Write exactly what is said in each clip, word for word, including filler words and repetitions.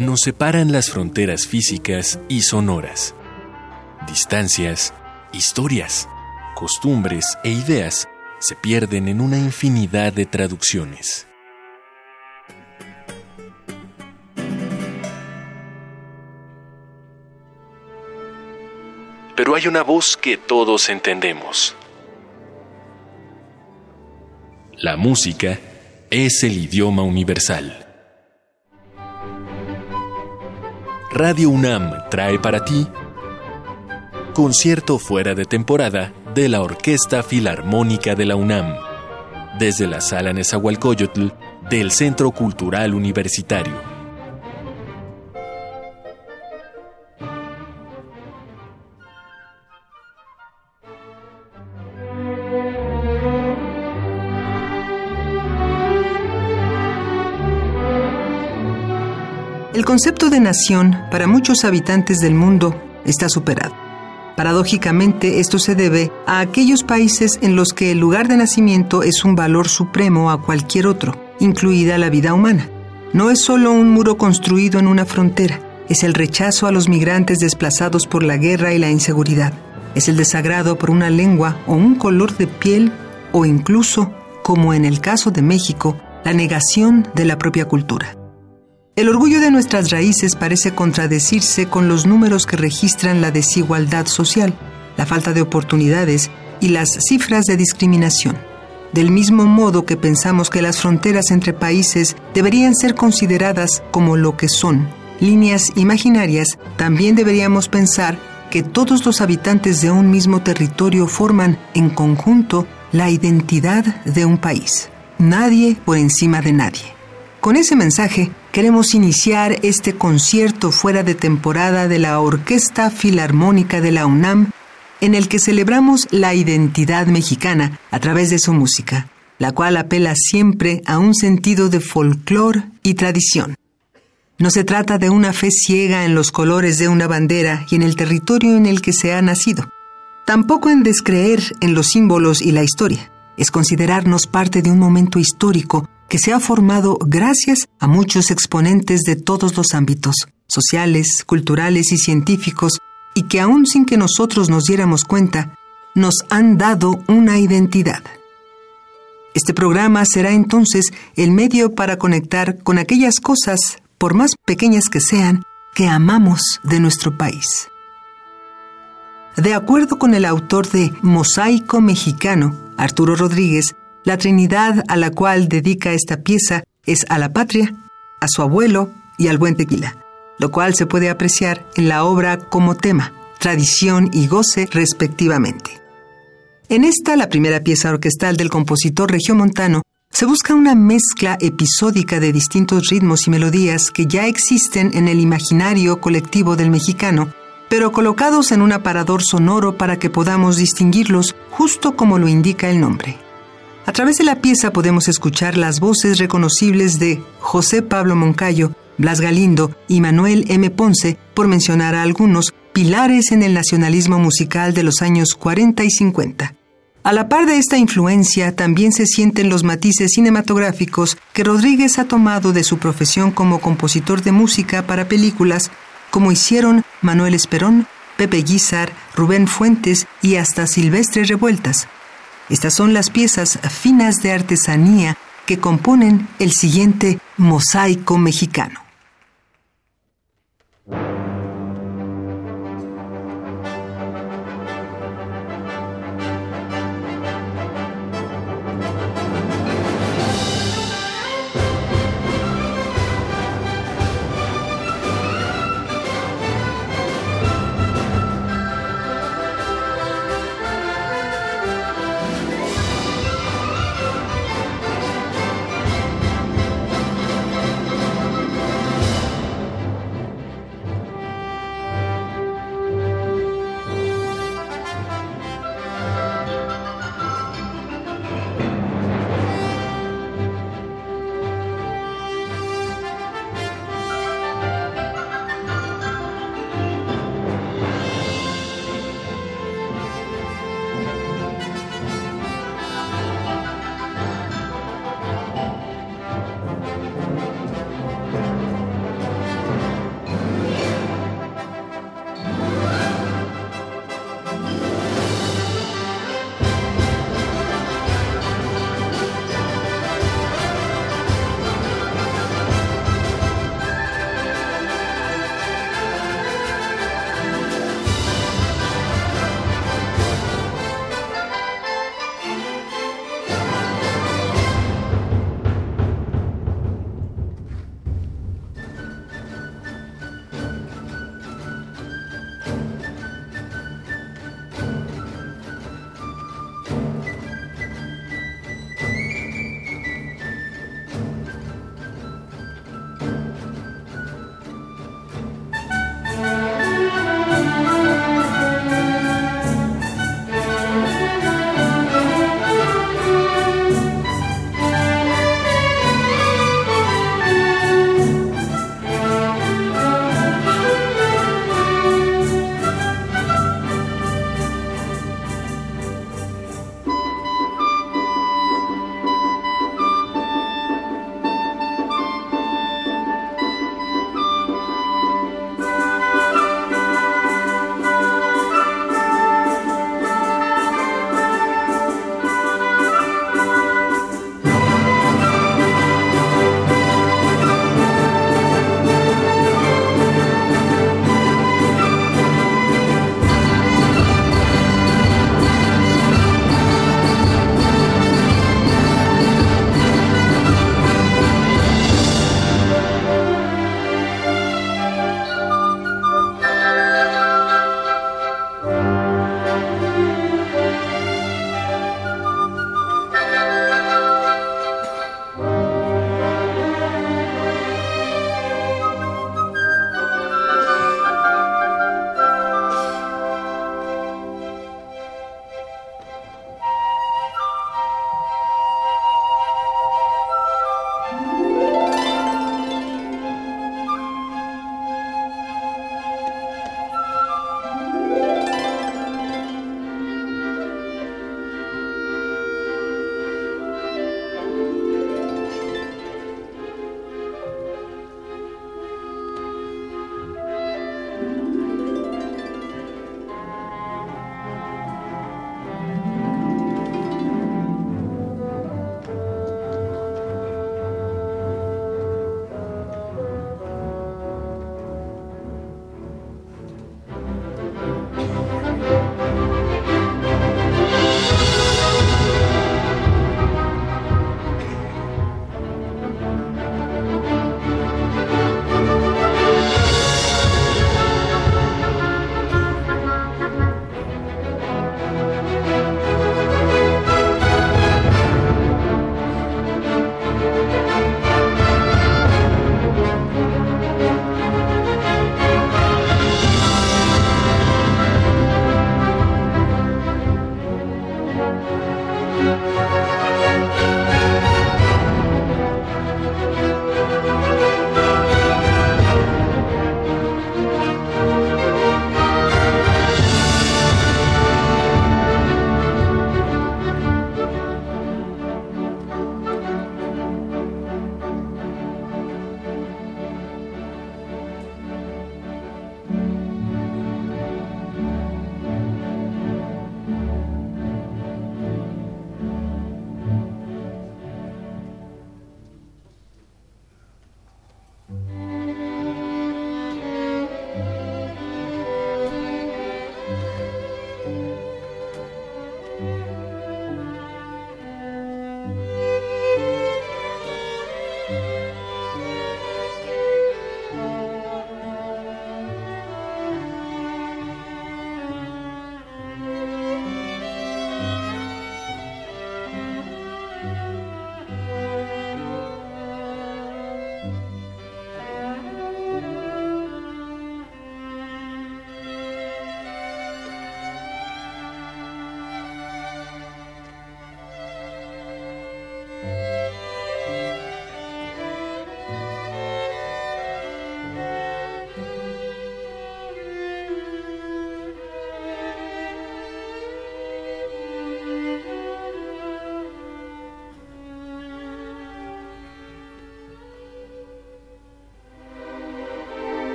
nos separan las fronteras físicas y sonoras. Distancias, historias, costumbres e ideas se pierden en una infinidad de traducciones. Pero hay una voz que todos entendemos. La música es el idioma universal. Radio UNAM trae para ti concierto fuera de temporada de la Orquesta Filarmónica de la UNAM, desde la Sala Nezahualcóyotl del Centro Cultural Universitario. El concepto de nación para muchos habitantes del mundo está superado. Paradójicamente, esto se debe a aquellos países en los que el lugar de nacimiento es un valor supremo a cualquier otro, incluida la vida humana. No es solo un muro construido en una frontera, es el rechazo a los migrantes desplazados por la guerra y la inseguridad. Es el desagrado por una lengua o un color de piel o incluso, como en el caso de México, la negación de la propia cultura. El orgullo de nuestras raíces parece contradecirse con los números que registran la desigualdad social, la falta de oportunidades y las cifras de discriminación. Del mismo modo que pensamos que las fronteras entre países deberían ser consideradas como lo que son, líneas imaginarias, también deberíamos pensar que todos los habitantes de un mismo territorio forman, en conjunto, la identidad de un país. Nadie por encima de nadie. Con ese mensaje, queremos iniciar este concierto fuera de temporada de la Orquesta Filarmónica de la UNAM, en el que celebramos la identidad mexicana a través de su música, la cual apela siempre a un sentido de folclore y tradición. No se trata de una fe ciega en los colores de una bandera y en el territorio en el que se ha nacido. Tampoco en descreer en los símbolos y la historia. Es considerarnos parte de un momento histórico que se ha formado gracias a muchos exponentes de todos los ámbitos, sociales, culturales y científicos, y que aún sin que nosotros nos diéramos cuenta, nos han dado una identidad. Este programa será entonces el medio para conectar con aquellas cosas, por más pequeñas que sean, que amamos de nuestro país. De acuerdo con el autor de Mosaico Mexicano, Arturo Rodríguez, la Trinidad a la cual dedica esta pieza es a la patria, a su abuelo y al buen tequila, lo cual se puede apreciar en la obra como tema, tradición y goce respectivamente. En esta, la primera pieza orquestal del compositor regiomontano, se busca una mezcla episódica de distintos ritmos y melodías que ya existen en el imaginario colectivo del mexicano, pero colocados en un aparador sonoro para que podamos distinguirlos justo como lo indica el nombre. A través de la pieza podemos escuchar las voces reconocibles de José Pablo Moncayo, Blas Galindo y Manuel M. Ponce, por mencionar a algunos pilares en el nacionalismo musical de los años cuarenta y cincuenta. A la par de esta influencia, también se sienten los matices cinematográficos que Rodríguez ha tomado de su profesión como compositor de música para películas, como hicieron Manuel Esperón, Pepe Guízar, Rubén Fuentes y hasta Silvestre Revueltas. Estas son las piezas finas de artesanía que componen el siguiente Mosaico Mexicano.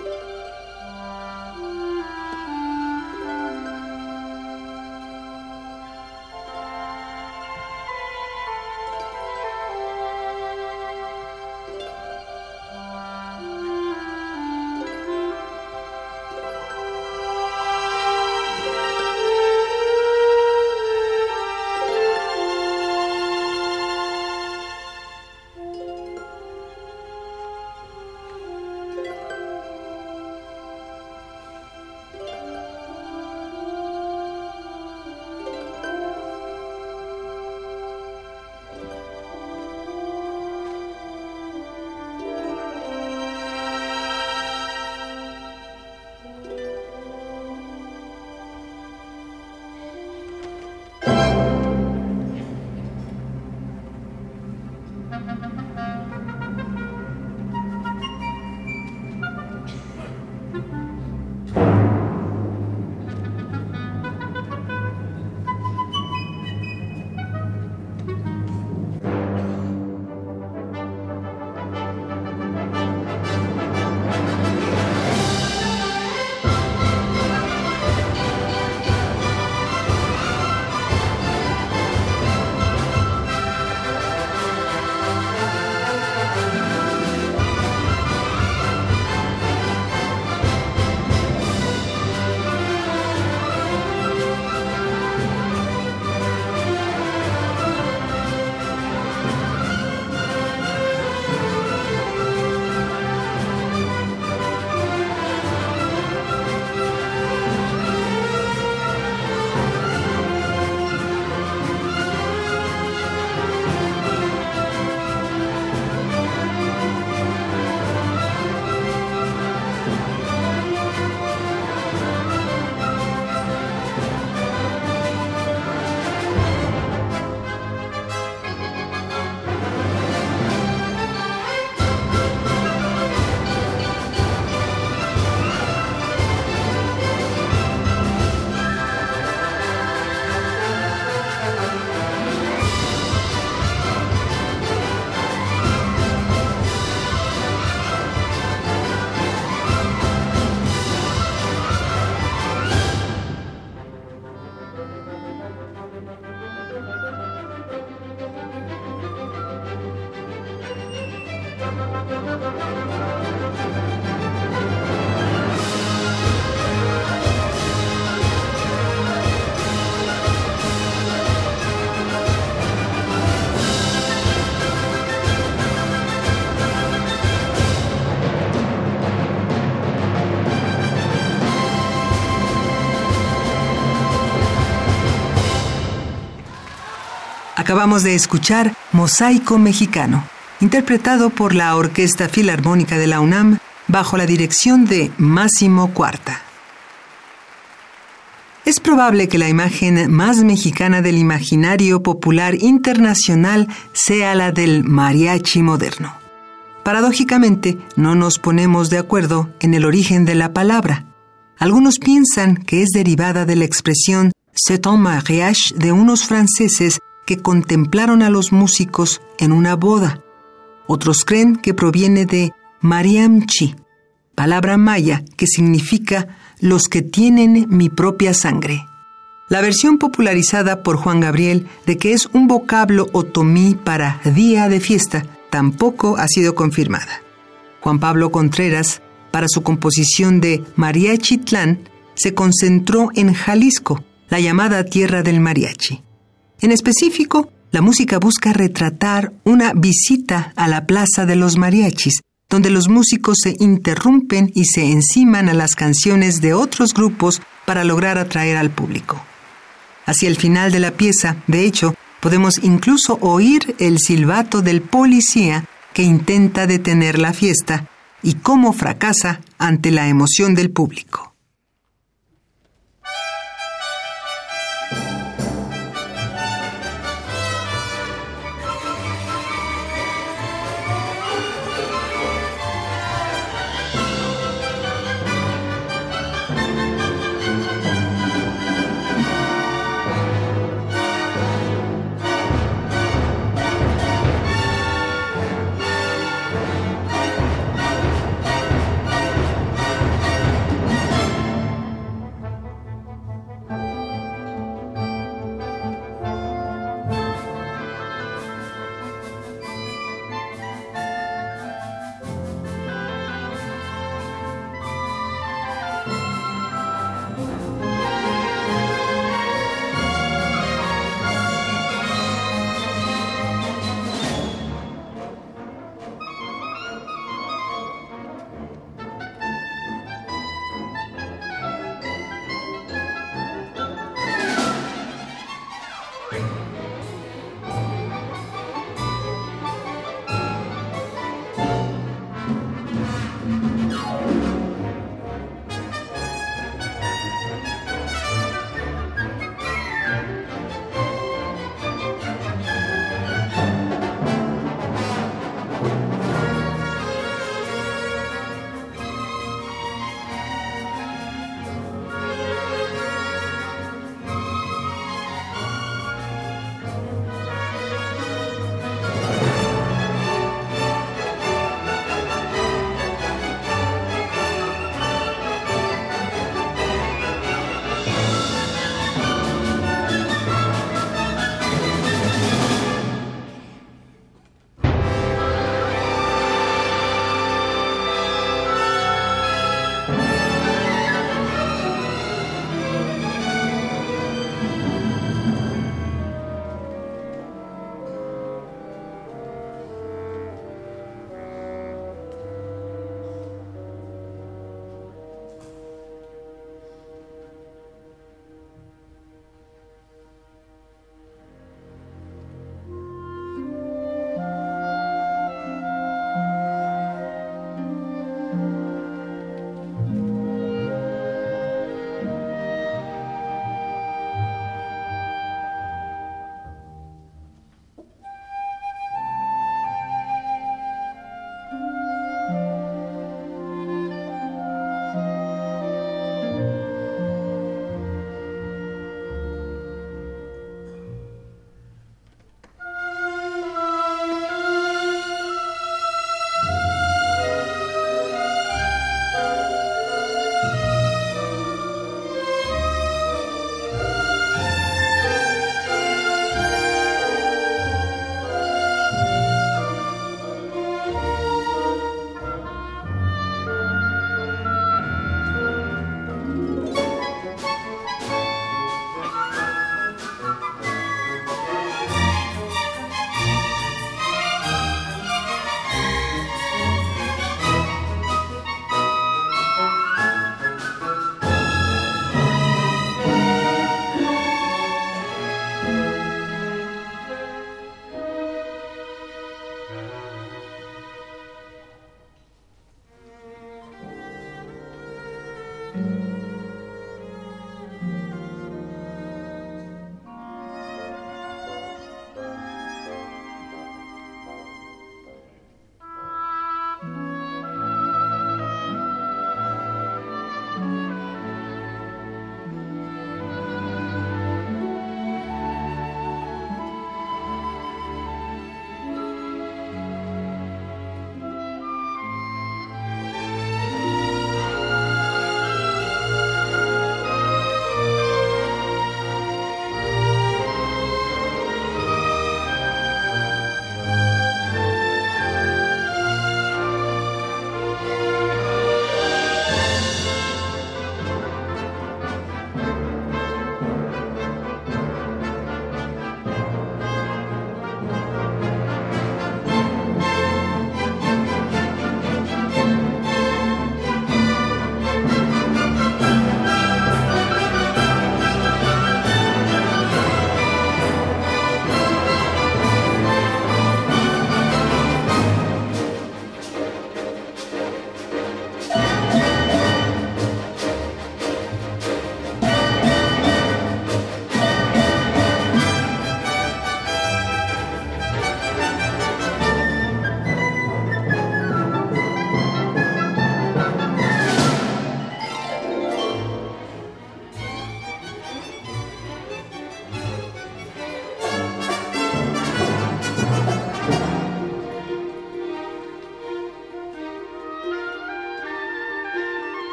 Acabamos de escuchar Mosaico Mexicano, interpretado por la Orquesta Filarmónica de la UNAM bajo la dirección de Máximo Cuarta. Es probable que la imagen más mexicana del imaginario popular internacional sea la del mariachi moderno. Paradójicamente, no nos ponemos de acuerdo en el origen de la palabra. Algunos piensan que es derivada de la expresión «c'est un mariage» de unos franceses que contemplaron a los músicos en una boda. Otros creen que proviene de mariamchi, palabra maya que significa «los que tienen mi propia sangre». La versión popularizada por Juan Gabriel de que es un vocablo otomí para día de fiesta tampoco ha sido confirmada. Juan Pablo Contreras, para su composición de Mariachitlán, se concentró en Jalisco, la llamada tierra del mariachi. En específico, la música busca retratar una visita a la Plaza de los Mariachis, donde los músicos se interrumpen y se enciman a las canciones de otros grupos para lograr atraer al público. Hacia el final de la pieza, de hecho, podemos incluso oír el silbato del policía que intenta detener la fiesta y cómo fracasa ante la emoción del público.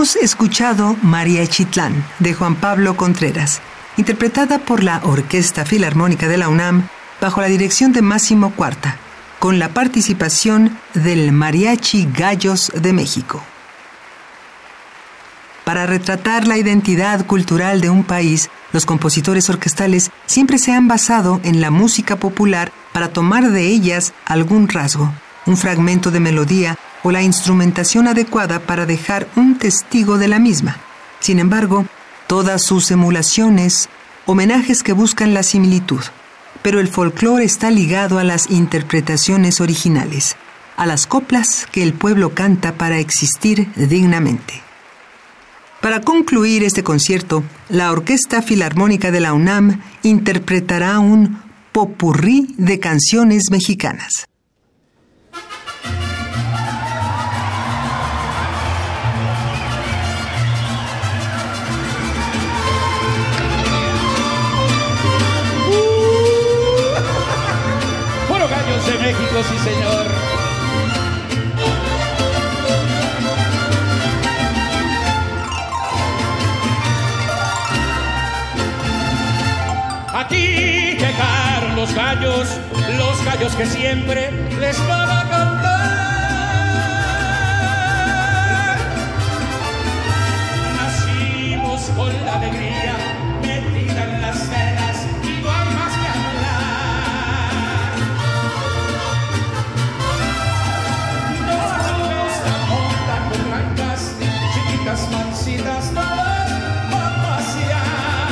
Hemos escuchado Mariachitlán de Juan Pablo Contreras, interpretada por la Orquesta Filarmónica de la UNAM bajo la dirección de Máximo Cuarta, con la participación del Mariachi Gallos de México. Para retratar la identidad cultural de un país, los compositores orquestales siempre se han basado en la música popular para tomar de ellas algún rasgo, un fragmento de melodía o la instrumentación adecuada para dejar un testigo de la misma. Sin embargo, todas sus emulaciones, homenajes que buscan la similitud, pero el folclore está ligado a las interpretaciones originales, a las coplas que el pueblo canta para existir dignamente. Para concluir este concierto, la Orquesta Filarmónica de la UNAM interpretará un popurrí de canciones mexicanas. Puro Gallos de México, sí señor. Aquí llegaron los gallos, los gallos que siempre les van a cantar. Nacimos con la alegría metida en las venas y no hay más que hablar. Nos vamos a montar con blancas, chiquitas mancitas, todas van a pasear.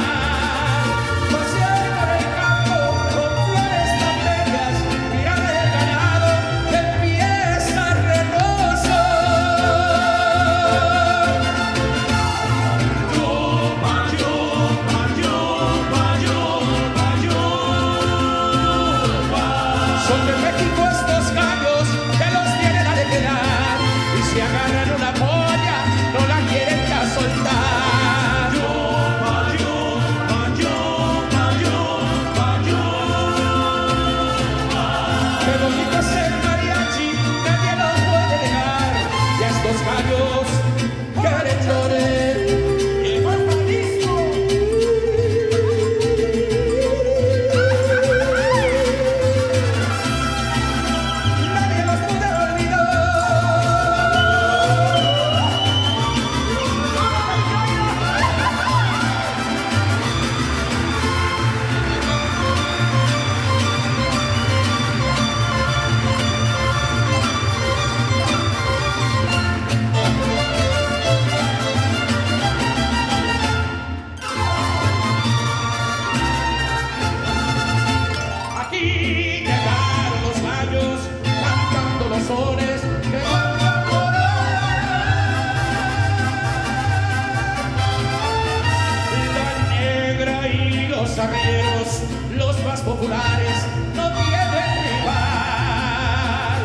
Los más populares no tienen rival.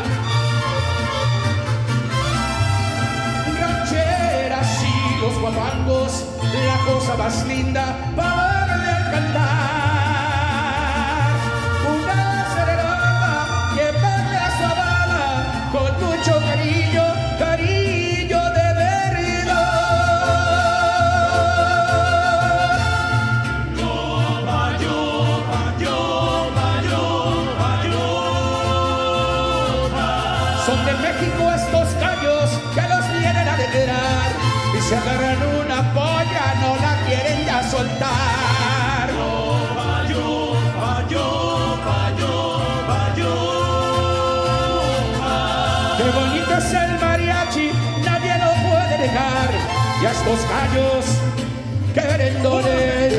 Rancheras y los guapangos, la cosa más linda para darle a cantar. Una serenata que mande a su Habana con mucho cariño, cariño de se agarran una polla, no la quieren ya soltar. No, payo, payo, payo, payo, payo. Qué bonito es el mariachi, nadie lo puede negar. Y a estos gallos querendones.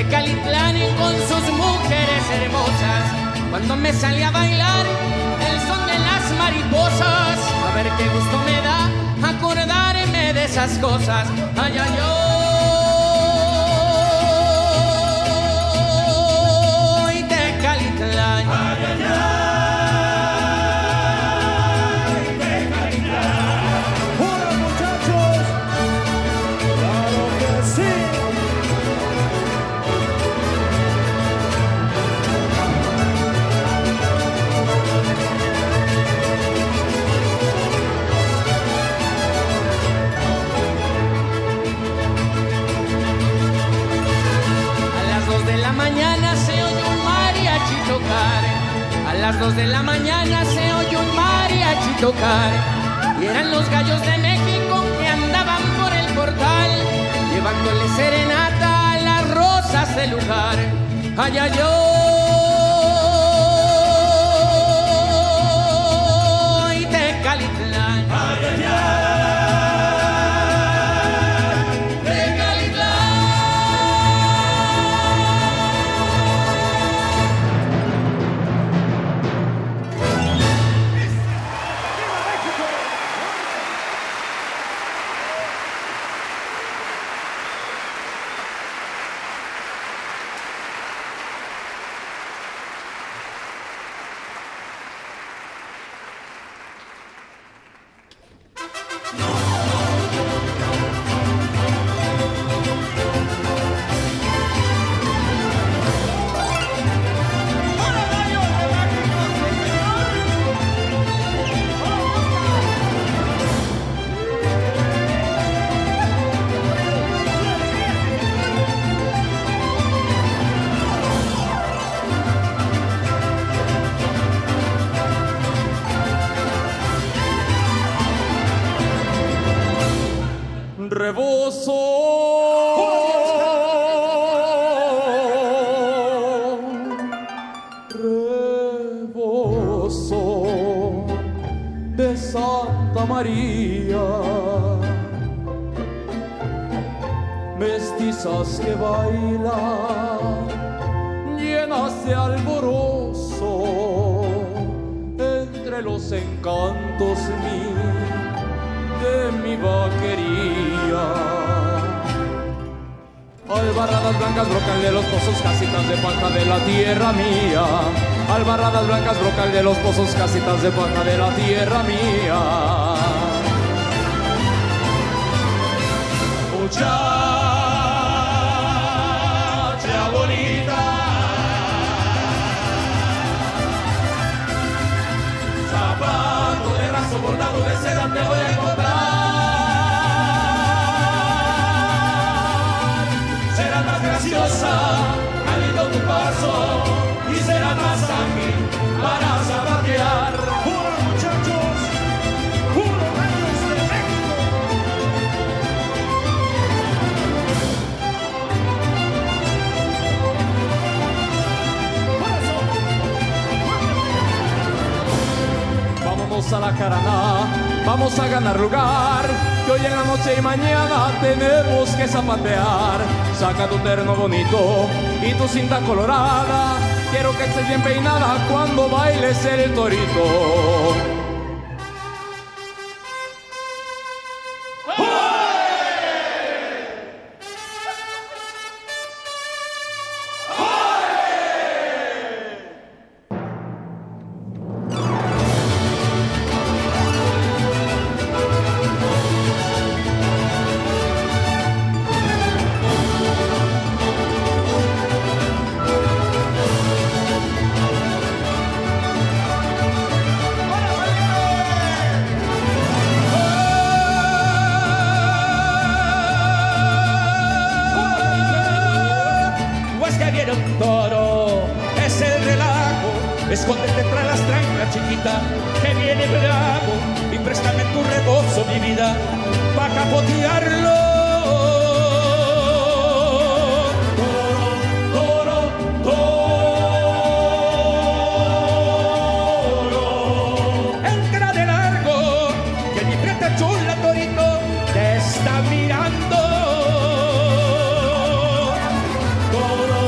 Tecalitlán y con sus mujeres hermosas, cuando me salí a bailar el son de las mariposas. A ver qué gusto me da acordarme de esas cosas. Ay, ay, ay, Tecalitlán. Ay, ay, ay, Tecalitlán. ¡Hola, muchachos! ¡Claro que sí! Mañana se oye un mariachi tocar. A las dos de la mañana se oye un mariachi tocar. Y eran los gallos de México que andaban por el portal, llevándole serenata a las rosas del lugar. Ay, ay, ay, Tecalitlán. Ay, ay, ay. Rebozo, rebozo de Santa María, mestizas que bailan llenas de alborozo entre los encantos míos de mi vaquería. Albarradas blancas, brocal de los pozos, casitas de paja de la tierra mía. Albarradas blancas, brocal de los pozos, casitas de paja de la tierra mía. Muchacha bonita, zapato de raso bordado de seda te voy a encontrar. Será más graciosa al hilo tu paso y será más ágil para zapatear. ¡Hola, muchachos! ¡Puro rayos de México! Vámonos a la Caraná, vamos a ganar lugar, que hoy en la noche y mañana tenemos que zapatear. Saca tu terno bonito y tu cinta colorada, quiero que estés bien peinada cuando bailes el torito. Escóndete tras las trancas, chiquita, que viene bravo, y préstame tu rebozo, mi vida, pa' capotearlo. Toro, toro, toro. Entra de largo, que mi preta chula, torito, te está mirando. Toro,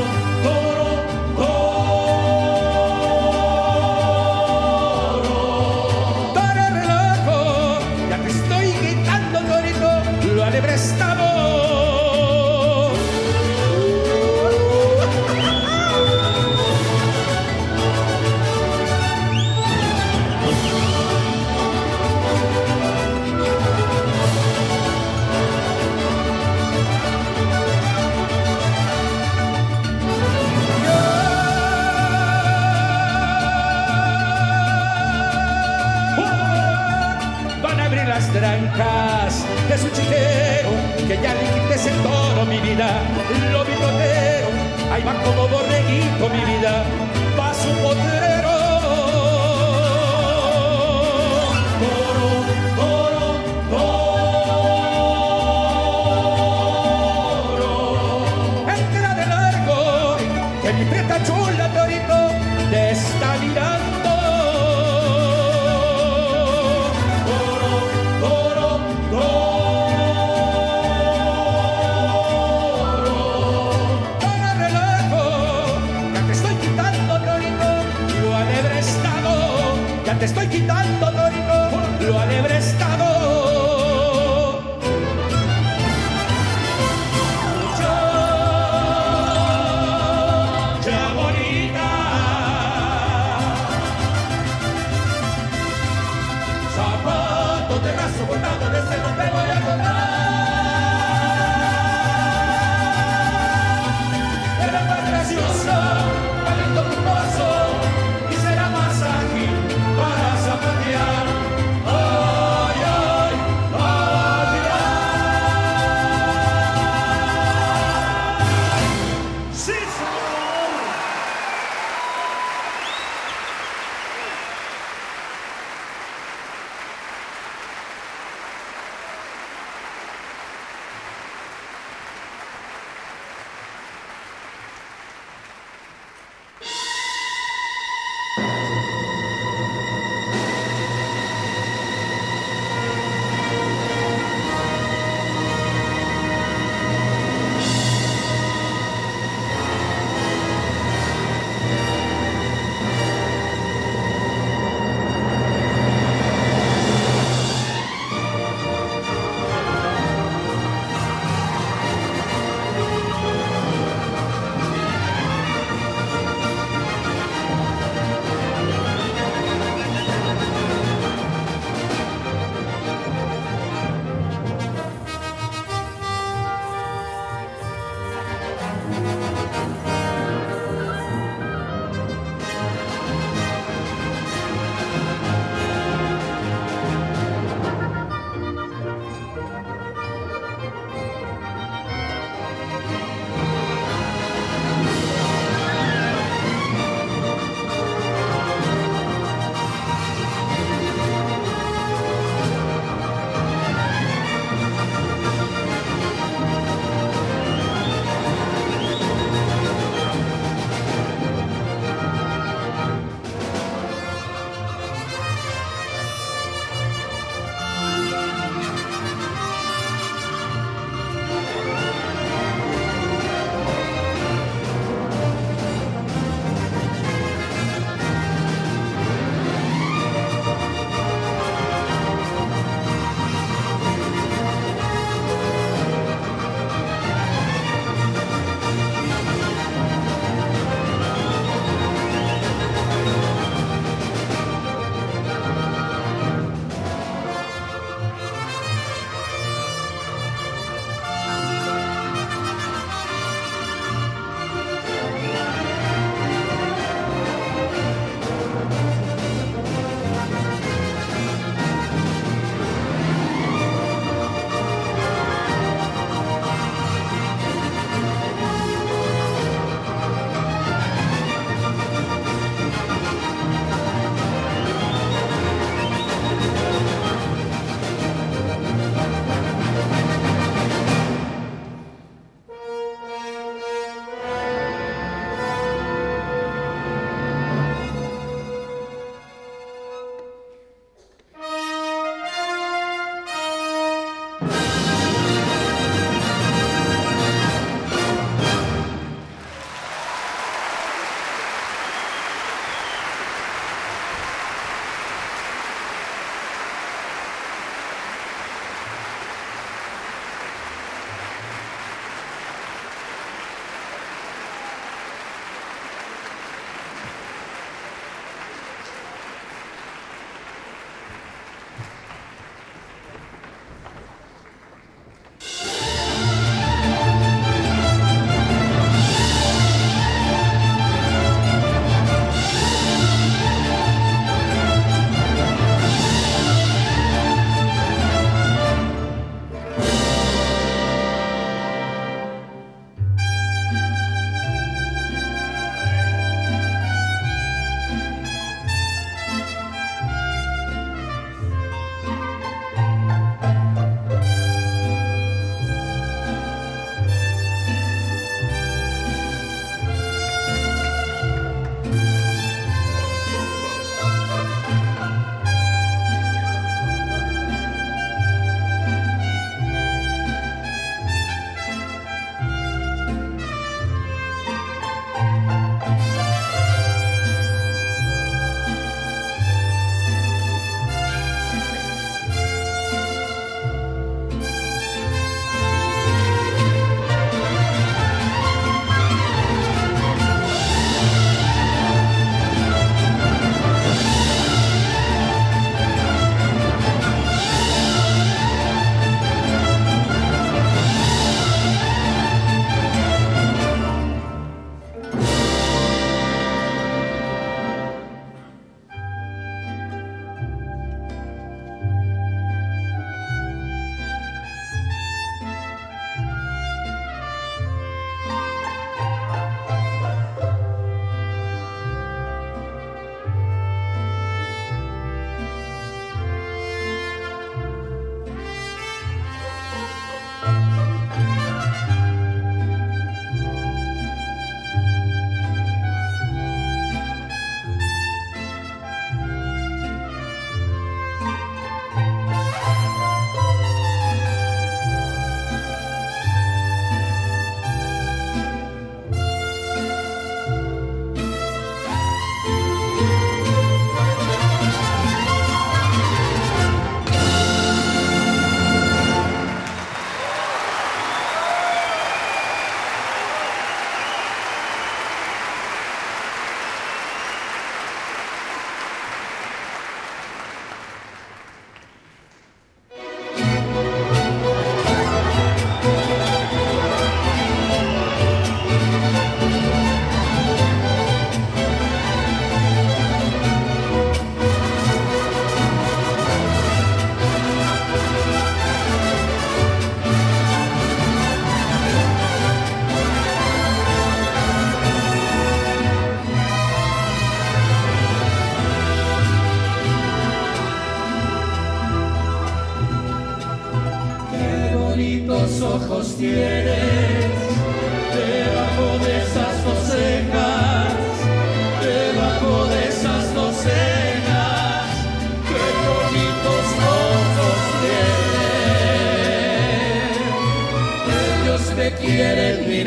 es el toro, mi vida, lo vi potero, ahí va como borreguito, mi vida, va su potrero. Toro, toro, toro, entra de largo, que mi prieta chula, torito, te está mirando. Toro, toro, toro. Te estoy quitando, torito, lo alebrestado. Ya, ya bonita, zapato de raso bordado, de ese no te voy a contar. Era más graciosa, caliento tu paso y será más ágil para zapatear.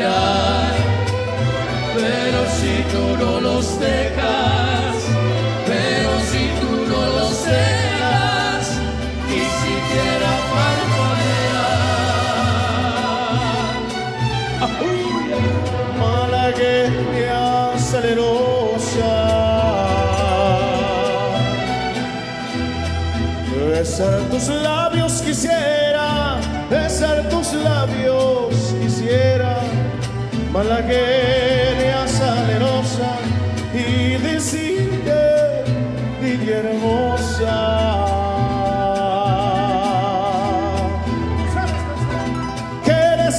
mirar, pero si tú no los dejas, pero si tú no los dejas, ni siquiera parpadear. Malagueña salerosa, besar tus labios quisiera, besar tus labios quisiera, malagueña salerosa, y decirte, niña hermosa, que eres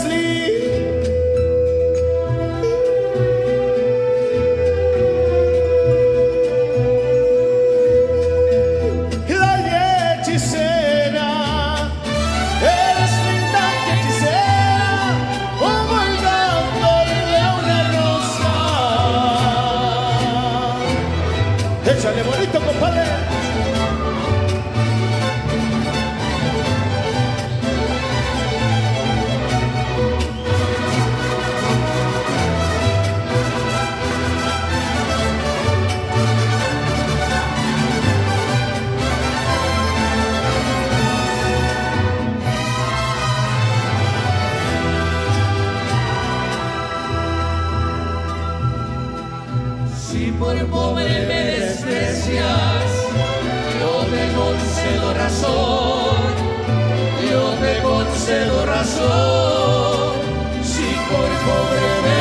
échale bonito, compadre. Si por pobre me desprecias, yo te concedo razón, yo te concedo razón. Si por pobre me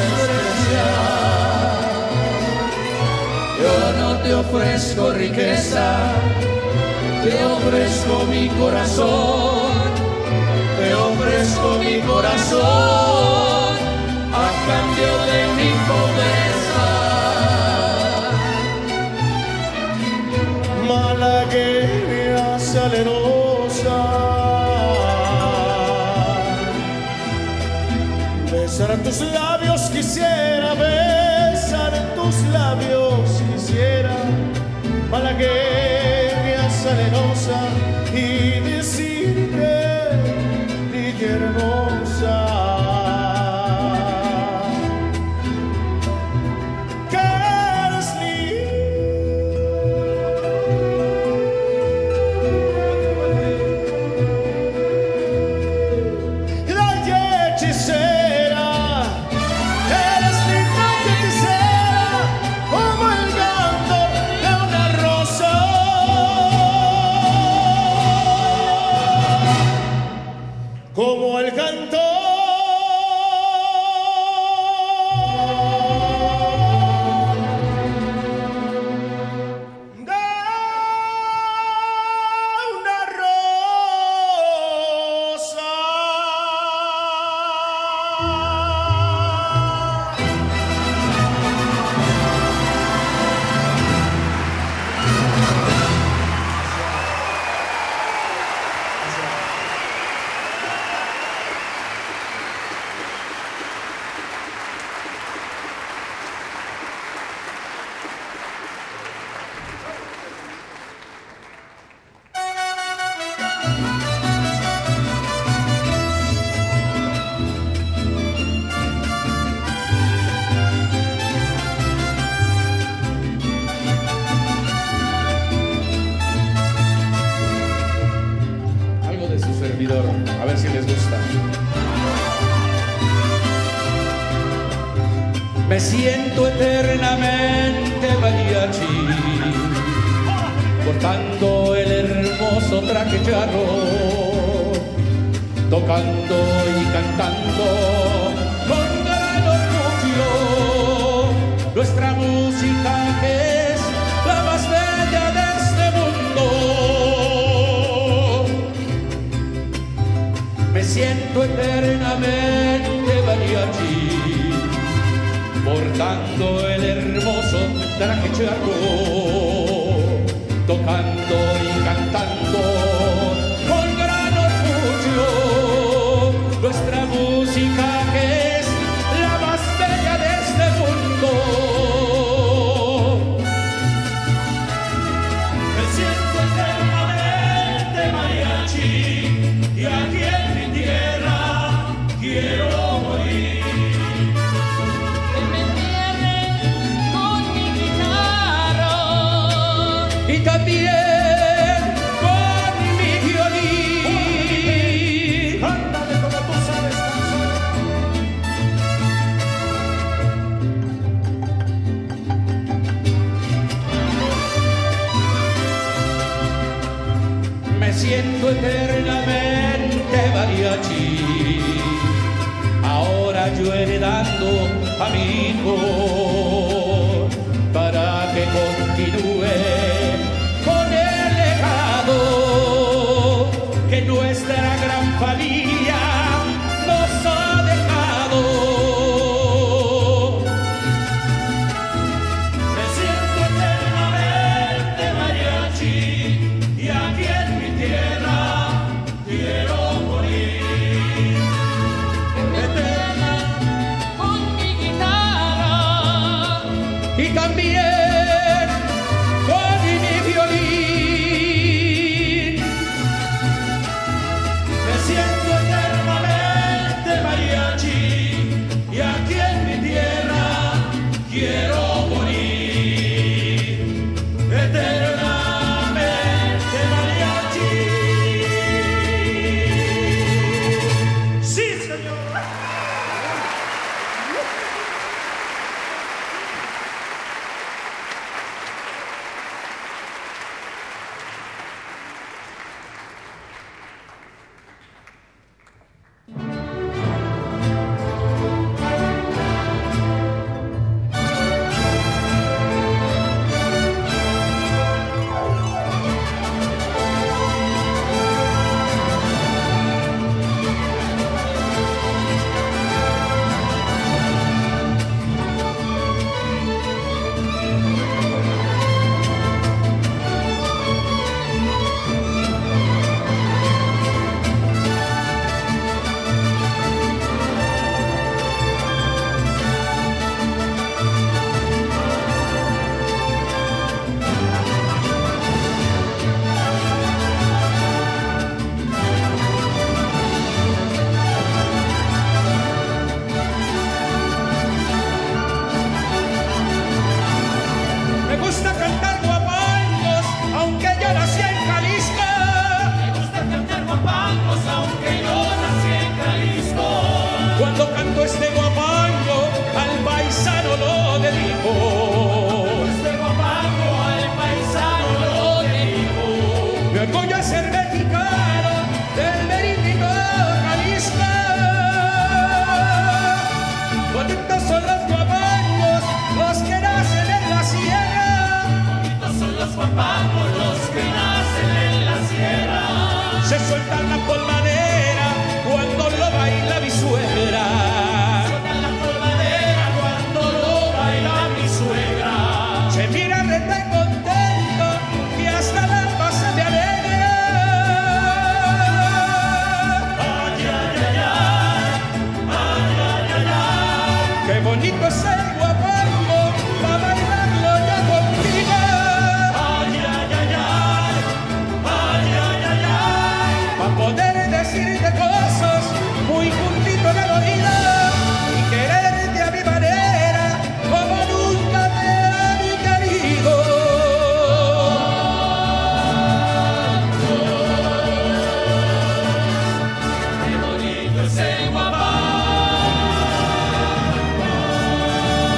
desprecias, yo no te ofrezco riqueza, te ofrezco mi corazón, te ofrezco mi corazón a cambio de mi pobreza. Malagueña salerosa, besar tus labios quisiera, besar tus labios quisiera, malagueña salerosa, y decirte, niña hermosa, como el canto de una rosa. A ver si les gusta. Me siento eternamente mariachi, cortando el hermoso traje charro, tocando y cantando con gran orgullo nuestra música, que es la más bella de este mundo. Me siento eternamente mariachi, portando el hermoso traje charro, tocando y cantando con gran orgullo nuestra música, que es la más bella de este mundo. Me siento eternamente mariachi, y aquí en mi tierra quiero morir. siento eternamente mariachi. Ahora yo heredando a mi hijo para que continúe con el legado que nuestra gran familia nos ha dejado. Me siento eternamente mariachi y aquí en mi tierra quiero morir. Eterna con mi guitarra y también con mi violín. Me siento eternamente mariachi y aquí en mi tierra quiero morir. Eternamente mariachi. Sí, señor. Me gusta cantar guapangos, aunque yo nací en Jalisco. Me gusta cantar guapangos aunque yo nací en Jalisco. Cuando canto este guapango, al paisano lo dedico. Este guapango al paisano lo dedico. Mi orgullo es ser mexicano del verídico Jalisco. Bonitos son los guapangos, los que nacen en la sierra. Bonitos son los guapangos los que nacen en la sierra. Se sueltan la polvadera cuando lo baila mi suegra. Sueltan la polvadera cuando lo baila mi suegra. Se mira re tan contento que hasta el alma se me alegra. Ay, ay, ay, ay, ay, ay, ay, ay. Qué bonito es el guapango para bailarlo yo contigo. Ay, ay, ay, ay, ay, ay, ay, ay. Para poder decirte cosas muy juntito en el oído y quererte a mi manera como nunca te he querido. Qué bonito es el guapango.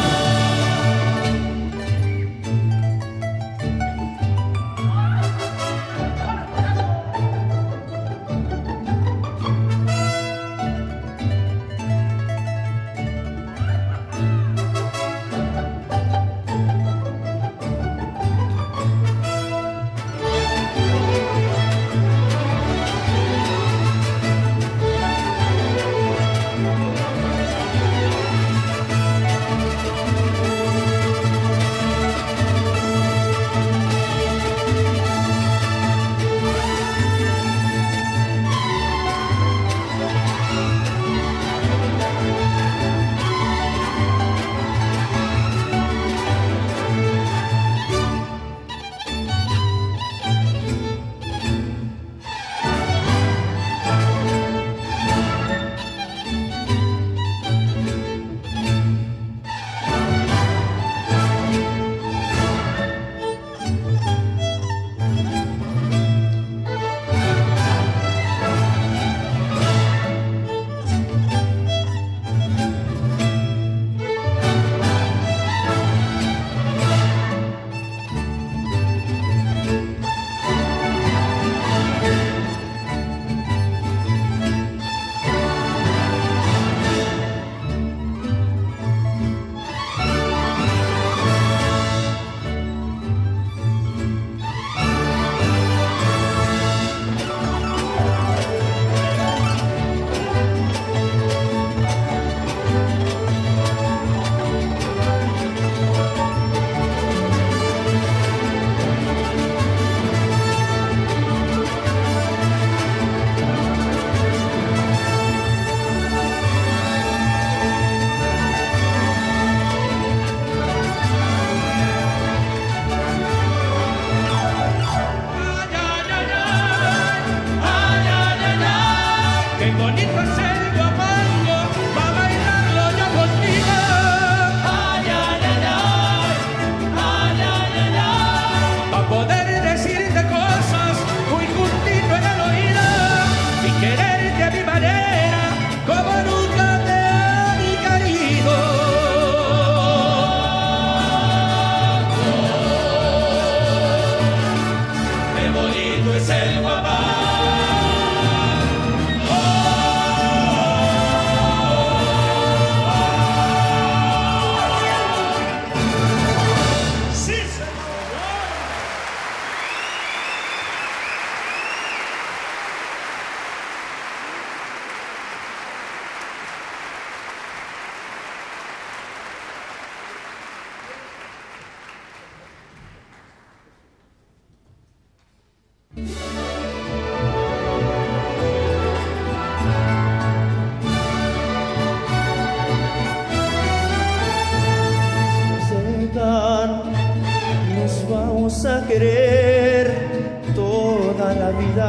querer toda la vida.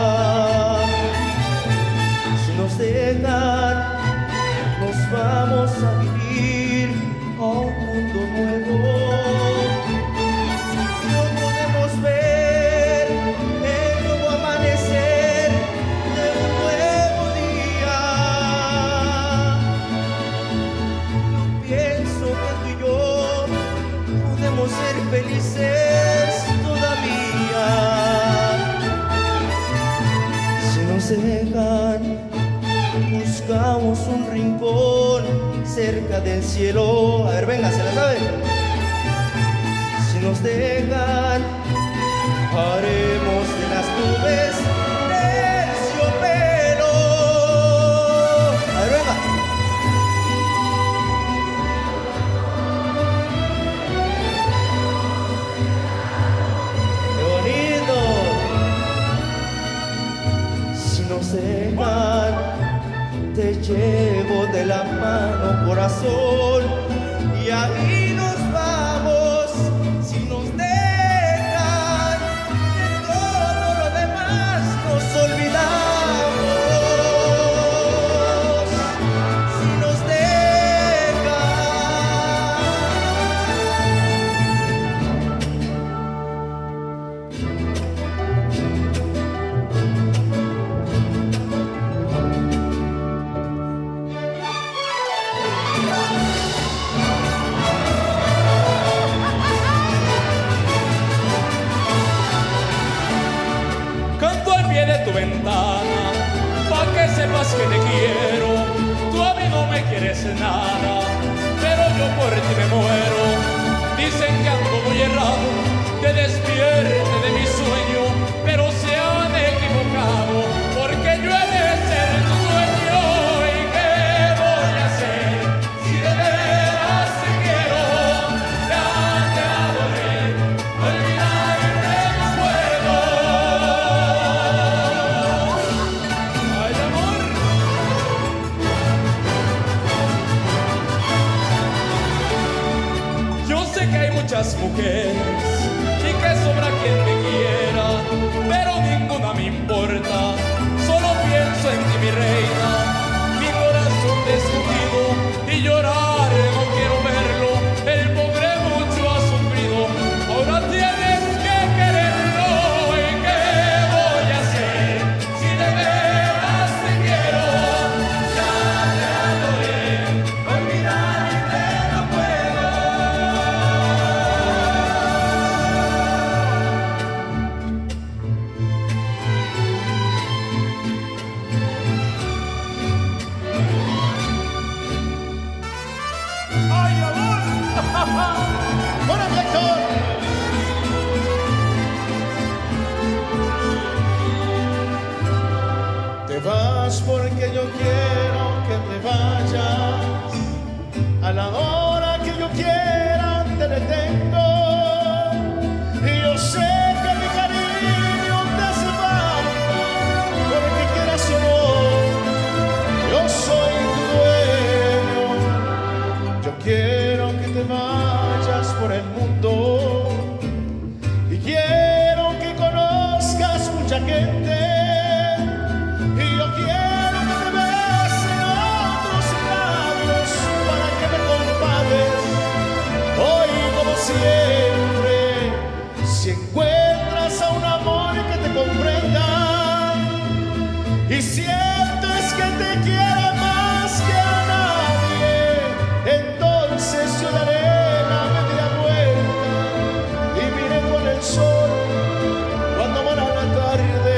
Si nos dejan, nos vamos a vivir a un mundo nuevo. No podemos ver el nuevo amanecer de un nuevo día. Pienso que tú y yo podemos ser felices todavía. Si nos dejan, buscamos un rincón cerca del cielo. A ver, venga, ¿se la sabe? Si nos dejan, haremos de las nubes terciopelo. A ver, venga. ¡Qué bonito! Si nos dejan, te llevo de la mano, corazón, y ahí nos vamos. Si nos dejan, de todo lo demás nos olvidamos. Si nos tu ventana, pa' que sepas que te quiero. Tú a mí no me quieres nada, pero yo por ti me muero. Dicen que ando muy errado, te despierte de mi sueño, pero se han equivocado, porque yo he de ser tu dueño. ¿Y qué voy a hacer si de veras te quiero? Ya te adoré, olvidarte no puedo. Que hay muchas mujeres y que sobra quien me quiera, pero ninguna me importa. Solo pienso en ti, mi reina. Mi corazón destruido y llorar no quiero verlo. El pobre mucho ha sufrido, ahora tienes que quererlo. ¿Y qué voy a hacer si de veras te quiero? Ya te adoré, olvidarte no puedo. ¡Hola, Héctor! Te vas porque yo quiero que te vayas. A la hora que yo quiera te detengo. Y yo sé que mi cariño te hace falta, porque quieras o no, yo soy tu dueño. Yo quiero que te vayas por el mundo y quiero que conozcas mucha gente. Y yo quiero que te besen otros labios para que me compadres. Hoy como siempre, si encuentras a un amor que te comprenda y sientes que te quiera más que a nadie, entonces yo daré la media vuelta y miré con el sol cuando muera la tarde.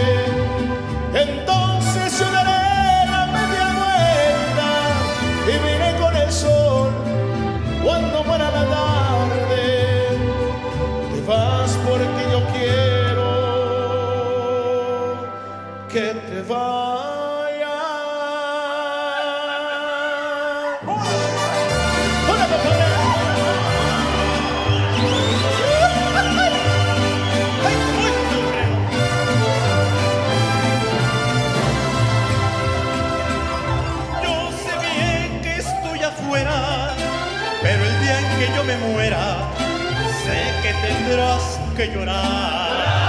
Entonces yo daré la media vuelta y miré con el sol cuando muera la tarde. Te vas porque yo quiero que te vayas. ¡Hola, papá! Yo sé bien que estoy afuera, pero el día en que yo me muera, sé que tendrás que llorar.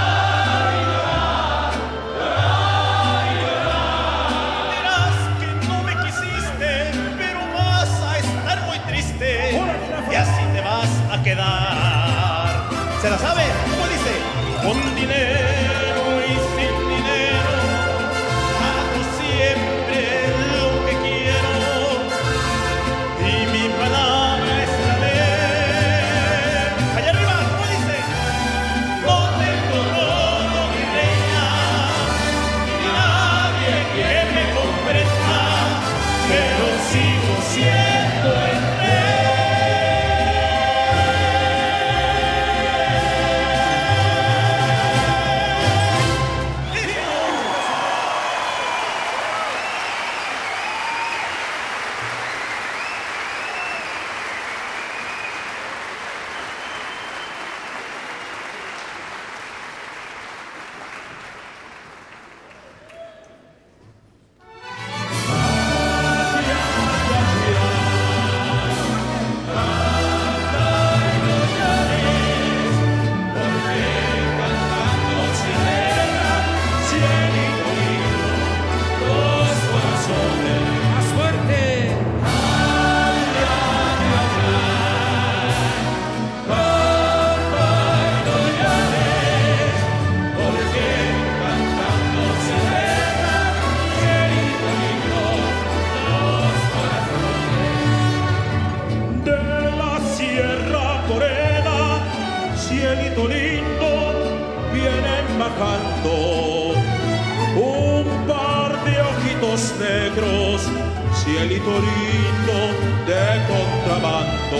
Dirás que no me quisiste, pero vas a estar muy triste y así te vas a quedar. ¿Se la sabe? ¿Cómo dice? Con dinero y sin dinero hago siempre lo que quiero y mi palabra es la ley. Allá arriba, ¿cómo dice? No tengo trono ni reina ni nadie que me comprenda, pero sigo siendo el rey. Cielito lindo, vienen bajando un par de ojitos negros, cielito lindo de contrabando.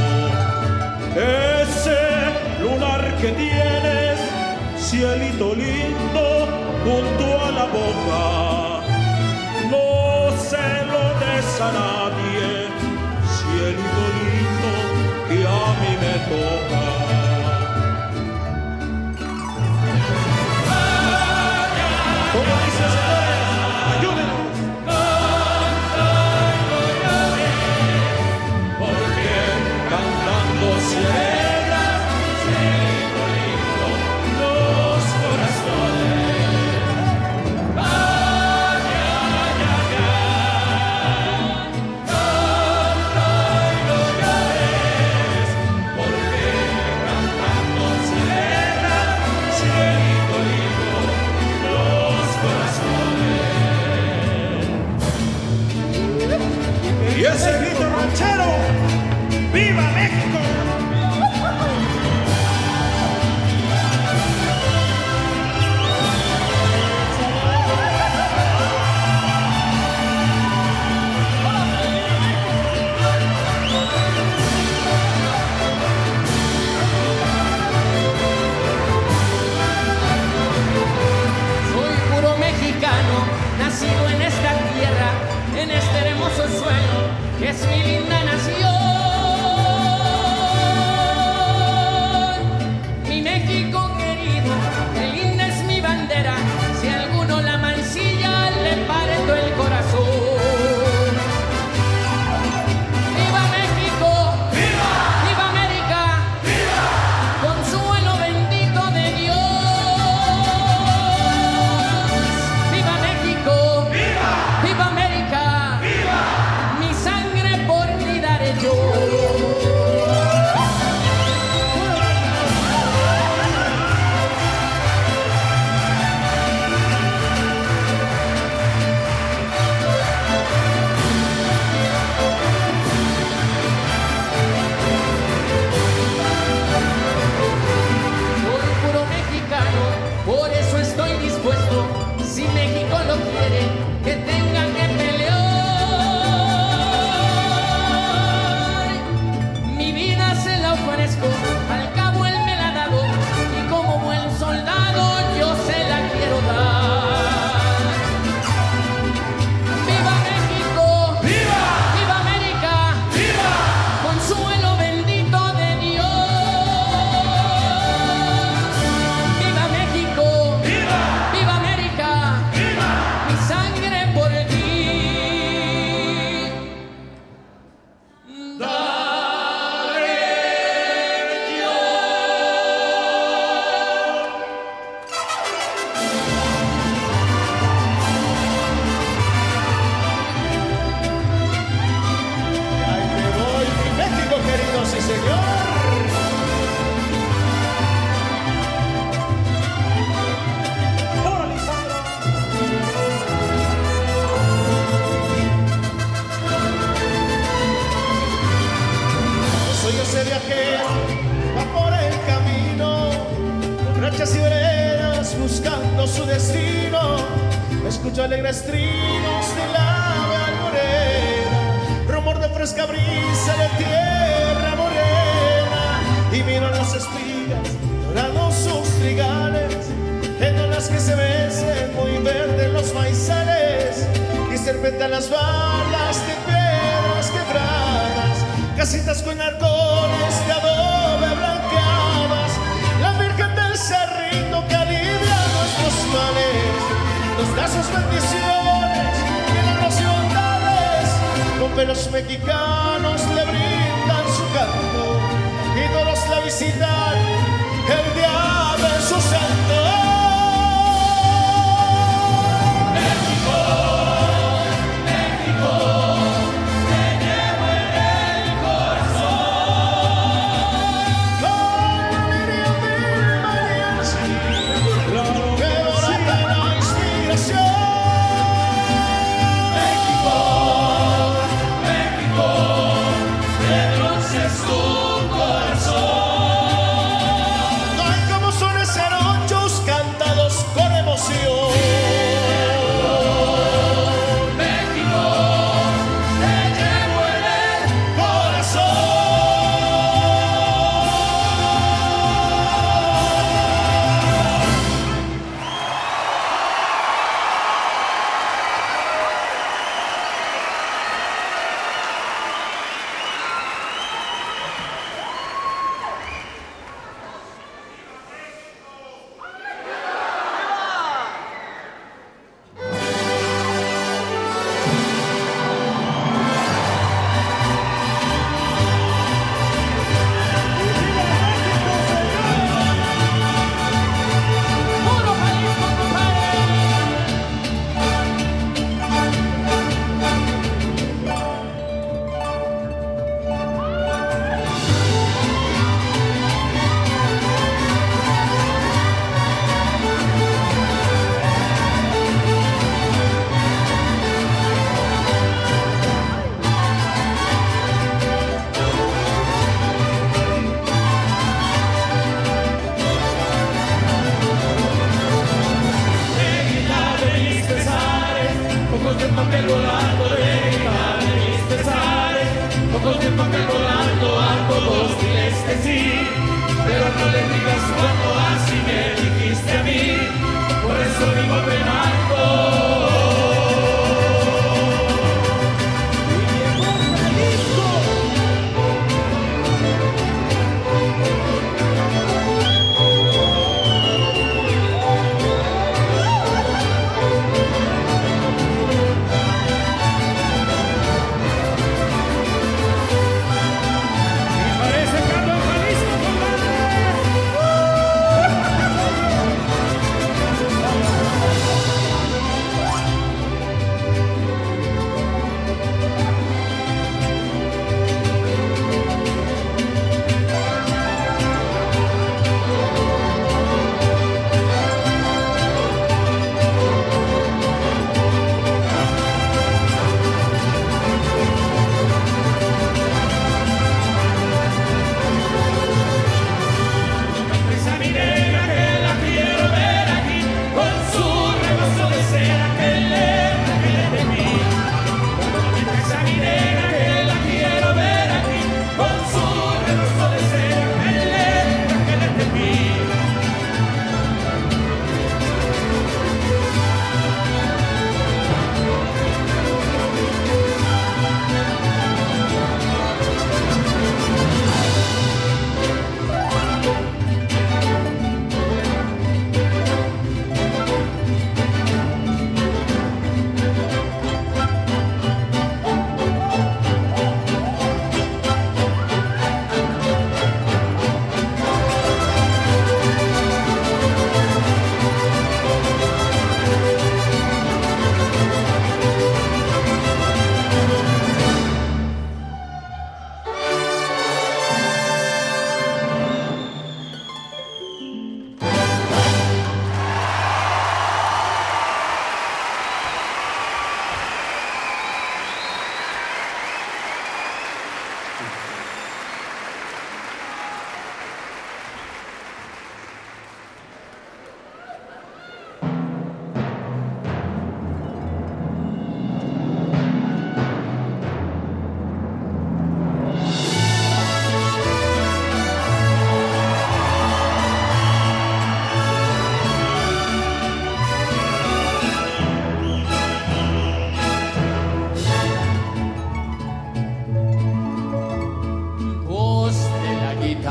Ese lunar que tienes, cielito lindo, junto a la boca, no se lo des a nadie, cielito lindo que a mí me toca. Como dicen señores, ayúdenos. Porque cantando celebras, cielito lindo, los corazones. Ay, ay, ay, ay. Canta y no llores, porque cantando celebras, cielito lindo, los corazones. Y ese grito ranchero, ¡viva México! Soy puro mexicano, nacido en esta tierra, en este hermoso suelo que es mi linda nación. Mi México querido, qué linda es mi bandera, si alguno la mancilla le parto el corazón. ¡Viva México! ¡Viva! ¡Viva América! ¡Viva! Consuelo bendito de Dios. ¡Viva México! ¡Viva! ¡Viva América! ¡Viva! Mi sangre por ti daré yo. viajero va por el camino, con rachas y veredas buscando su destino. Escucho alegres trinos de la ave alborera, rumor de fresca brisa de tierra morena, y miro las espigas dorando sus trigales, en las que se mecen muy verdes los maizales, y serpentan las balas de piedras quebradas, casitas con arcones de adobe blanqueadas, la Virgen del Cerrito que alivia nuestros males, nos da sus bendiciones y las bondades, con velos mexicanos le brindan su canto, y todos la visitan el día de su santo.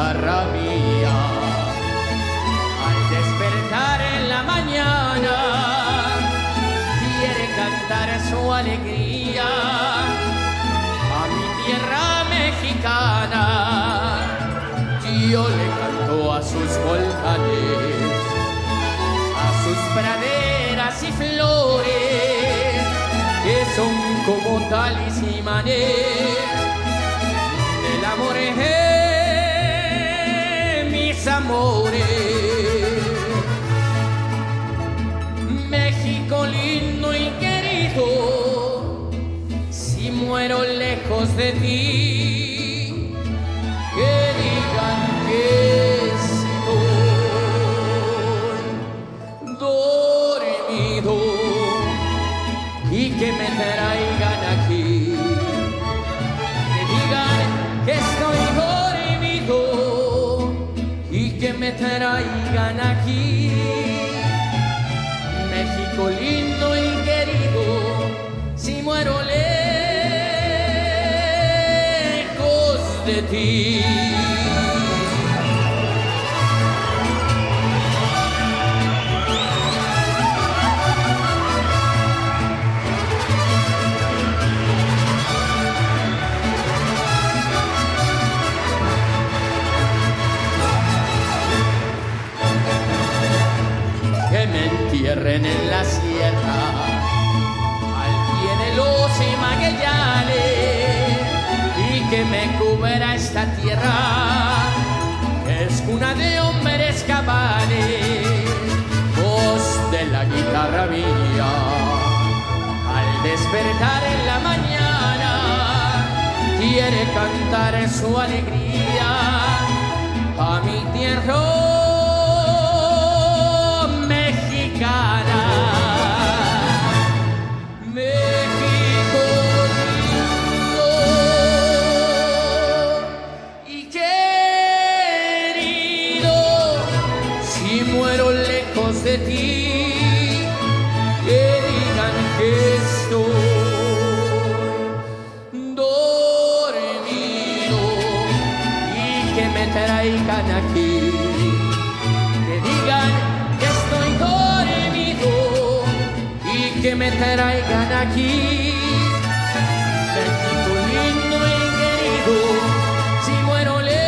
guitarra mía. Al despertar en la mañana, quiere cantar su alegría a mi tierra mexicana. Yo le canto a sus volcanes, a sus praderas y flores, que son como talismanes del amor, eh, mis amores. México lindo y querido, si muero lejos de ti, que digan que estoy dormido y que me traigan aquí, que digan que estoy dormido y que me traigan aquí. México lindo y querido, si muero lejos de ti. Que me entierren en la sierra, al pie de los Magallanes, y que me cubra esta tierra, que es cuna de hombres cabales. Voz de la guitarra mía, al despertar en la mañana, quiere cantar su alegría a mi tierra mexicana. México lindo y querido, si muero lejos de ti, que digan que estoy dormido y que me traigan aquí, que digan que me traigan aquí. México lindo y querido, si muero lejos.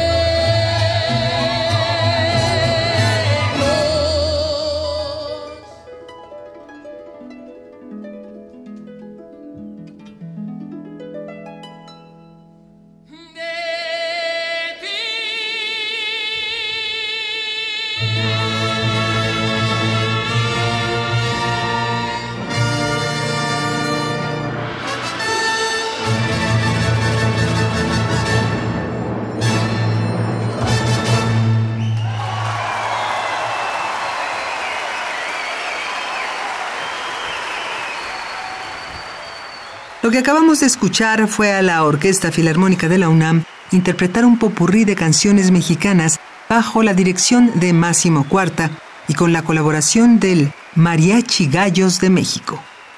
Lo que acabamos de escuchar fue a la Orquesta Filarmónica de la UNAM interpretar un popurrí de canciones mexicanas bajo la dirección de Máximo Cuarta y con la colaboración del Mariachi Gallos de México.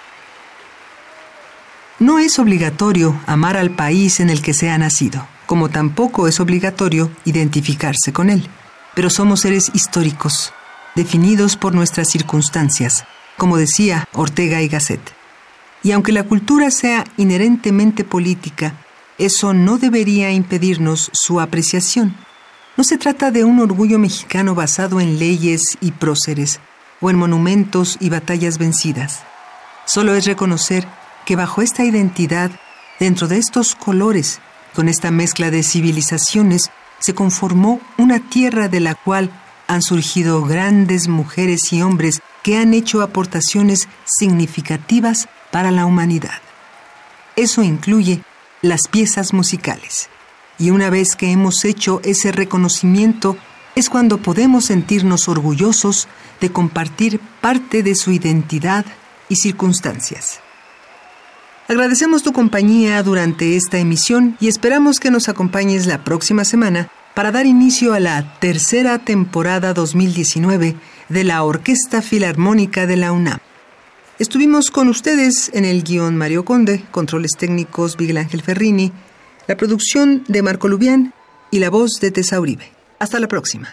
No es obligatorio amar al país en el que se ha nacido, como tampoco es obligatorio identificarse con él. Pero somos seres históricos, definidos por nuestras circunstancias, como decía Ortega y Gasset. Y aunque la cultura sea inherentemente política, eso no debería impedirnos su apreciación. No se trata de un orgullo mexicano basado en leyes y próceres, o en monumentos y batallas vencidas. Solo es reconocer que bajo esta identidad, dentro de estos colores, con esta mezcla de civilizaciones, se conformó una tierra de la cual han surgido grandes mujeres y hombres que han hecho aportaciones significativas para la humanidad. Eso incluye las piezas musicales. Y una vez que hemos hecho ese reconocimiento, es cuando podemos sentirnos orgullosos de compartir parte de su identidad y circunstancias. Agradecemos tu compañía durante esta emisión y esperamos que nos acompañes la próxima semana para dar inicio a la tercera temporada dos mil diecinueve de la Orquesta Filarmónica de la UNAM. Estuvimos con ustedes en el guión Mario Conde, controles técnicos Miguel Ángel Ferrini, la producción de Marco Lubián y la voz de Tessa Uribe. Hasta la próxima.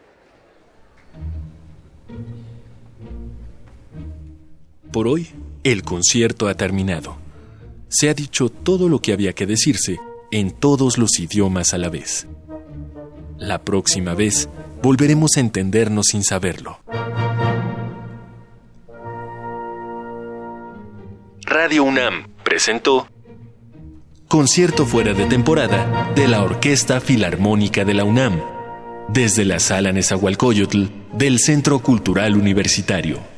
Por hoy, el concierto ha terminado. Se ha dicho todo lo que había que decirse en todos los idiomas a la vez. La próxima vez volveremos a entendernos sin saberlo. Radio UNAM presentó Concierto fuera de temporada de la Orquesta Filarmónica de la UNAM, desde la Sala Nezahualcóyotl del Centro Cultural Universitario.